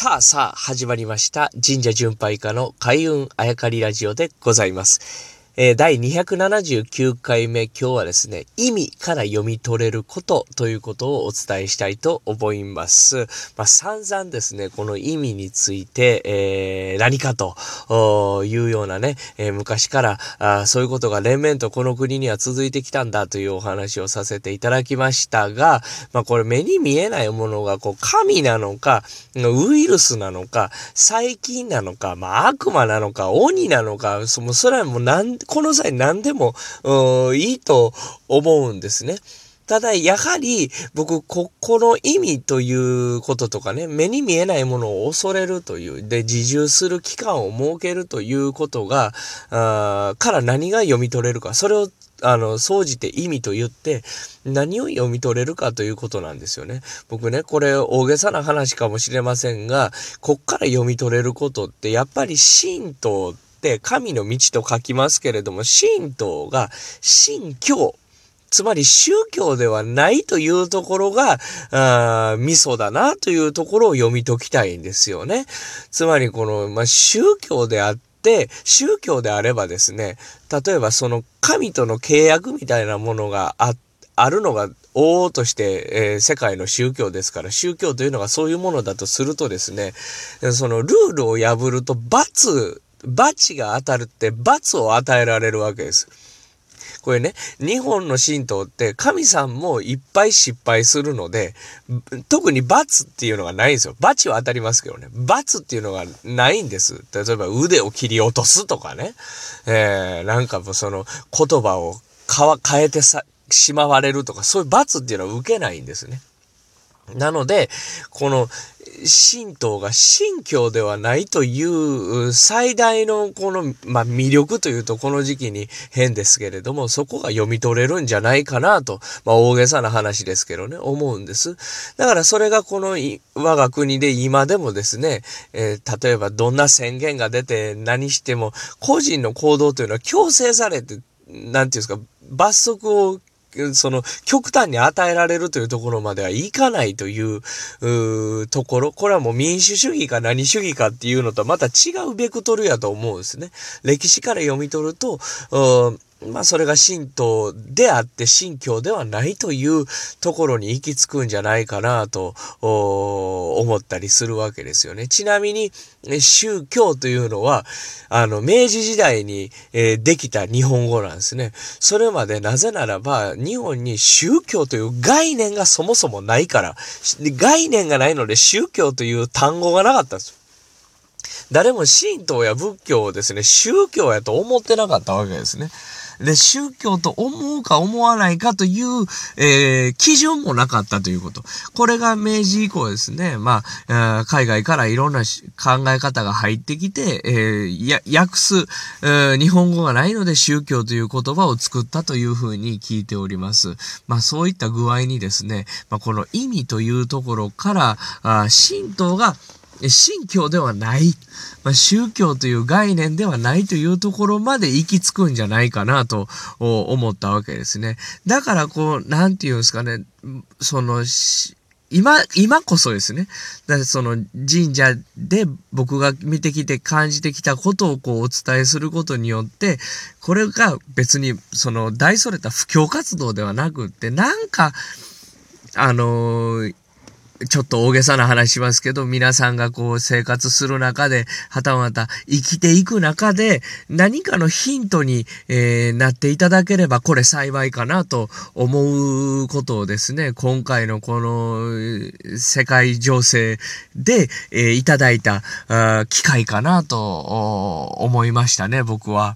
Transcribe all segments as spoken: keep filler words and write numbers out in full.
さあさあ始まりました神社巡拝家の開運あやかりラジオでございます。えー、だいにひゃくななじゅうきゅうかいめ、今日はですね、意味から読み取れることということをお伝えしたいと思います。まあ、散々ですね、この意味について、えー、何かというようなね、えー、昔からあそういうことが連綿とこの国には続いてきたんだというお話をさせていただきましたが、まあ、これ目に見えないものがこう神なのか、ウイルスなのか、細菌なのか、まあ、悪魔なのか、鬼なのか、そもそれはもうなんこの際何でもいいと思うんですね。ただ、やはり、僕、こ、この意味ということとかね、目に見えないものを恐れるという、で、自重する期間を設けるということが、あから何が読み取れるか、それを、あの、総じて意味と言って、何を読み取れるかということなんですよね。僕ね、これ大げさな話かもしれませんが、こっから読み取れることって、やっぱり神道で神の道と書きますけれども、神道が神教、つまり宗教ではないというところが、あミソだなというところを読み解きたいんですよね。つまりこの、まあ、宗教であって、宗教であればですね、例えばその神との契約みたいなものがあ、あるのが往々として、えー、世界の宗教ですから、宗教というのがそういうものだとするとですね、そのルールを破ると罰、罰が当たるって罰を与えられるわけです。これね、日本の神道って神さんもいっぱい失敗するので、特に罰っていうのがないんですよ。罰は当たりますけどね。罰っていうのがないんです。例えば腕を切り落とすとかね。えー、なんかもうその言葉を変えてさ、しまわれるとか、そういう罰っていうのは受けないんですね。なので、この神道が神教ではないという最大のこの、まあ、魅力というとこの時期に変ですけれども、そこが読み取れるんじゃないかなと、まあ、大げさな話ですけどね、思うんです。だからそれがこの我が国で今でもですね、えー、例えばどんな宣言が出て何しても個人の行動というのは強制されて、なんていうんですか、罰則をその極端に与えられるというところまではいかないという、うーところ。これはもう民主主義か何主義かっていうのとまた違うベクトルやと思うんですね。歴史から読み取ると、まあそれが神道であって神教ではないというところに行き着くんじゃないかなと思ったりするわけですよね。ちなみに宗教というのはあの明治時代に、えー、できた日本語なんですね。それまでなぜならば日本に宗教という概念がそもそもないから、概念がないので宗教という単語がなかったんですよ。誰も神道や仏教をですね、宗教やと思ってなかったわけですね。で、宗教と思うか思わないかという、えー、基準もなかったということ。これが明治以降ですね、まあ、あ海外からいろんな考え方が入ってきて、えー、や訳す、えー、日本語がないので宗教という言葉を作ったというふうに聞いております。まあ、そういった具合にですね、まあ、この意味というところから、あ神道が神教ではない、まあ、宗教という概念ではないというところまで行き着くんじゃないかなと思ったわけですね。だからこう、なんていうんですかね、その、今、今こそですね。だからその神社で僕が見てきて感じてきたことをこうお伝えすることによって、これが別にその大それた布教活動ではなくって、なんか、あのー、ちょっと大げさな話しますけど、皆さんがこう生活する中で、はたまた生きていく中で、何かのヒントに、えー、なっていただければ、これ幸いかなと思うことをですね、今回のこの世界情勢で、えー、いただいたあ機会かなと思いましたね、僕は。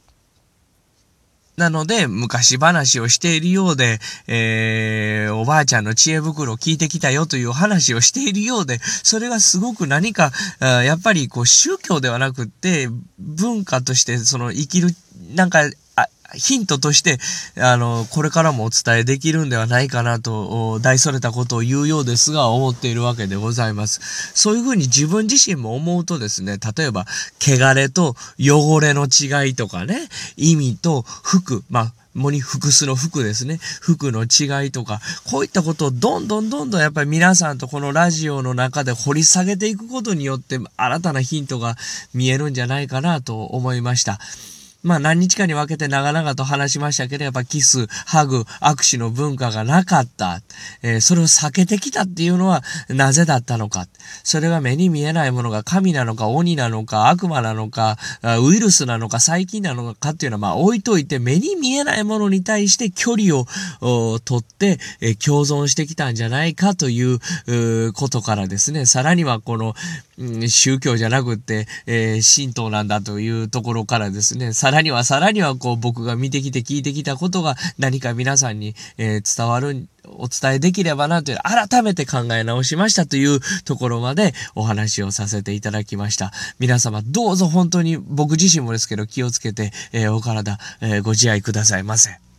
なので、昔話をしているようで、えー、おばあちゃんの知恵袋を聞いてきたよという話をしているようで、それがすごく何か、やっぱりこう宗教ではなくって、文化としてその生きる、なんか、あヒントとして、あの、これからもお伝えできるんではないかなと、大それたことを言うようですが、思っているわけでございます。そういうふうに自分自身も思うとですね、例えば、汚れと汚れの違いとかね、意味と服、まあ、もに複数の服ですね。服の違いとか、こういったことをどんどんどんどんやっぱり皆さんとこのラジオの中で掘り下げていくことによって新たなヒントが見えるんじゃないかなと思いました。まあ何日かに分けて長々と話しましたけど、やっぱキス、ハグ、握手の文化がなかった。えー、それを避けてきたっていうのはなぜだったのか。それが目に見えないものが神なのか鬼なのか悪魔なのかウイルスなのか細菌なのかっていうのはまあ置いといて、目に見えないものに対して距離を取って、えー、共存してきたんじゃないかという、うことからですね、さらにはこの、うん、宗教じゃなくって、えー、神道なんだというところからですね、さらにはさらにはこう僕が見てきて聞いてきたことが何か皆さんに、えー、伝わる、お伝えできればなという改めて考え直しましたというところまでお話をさせていただきました。皆様どうぞ本当に僕自身もですけど気をつけて、えー、お体、えー、ご自愛くださいませ。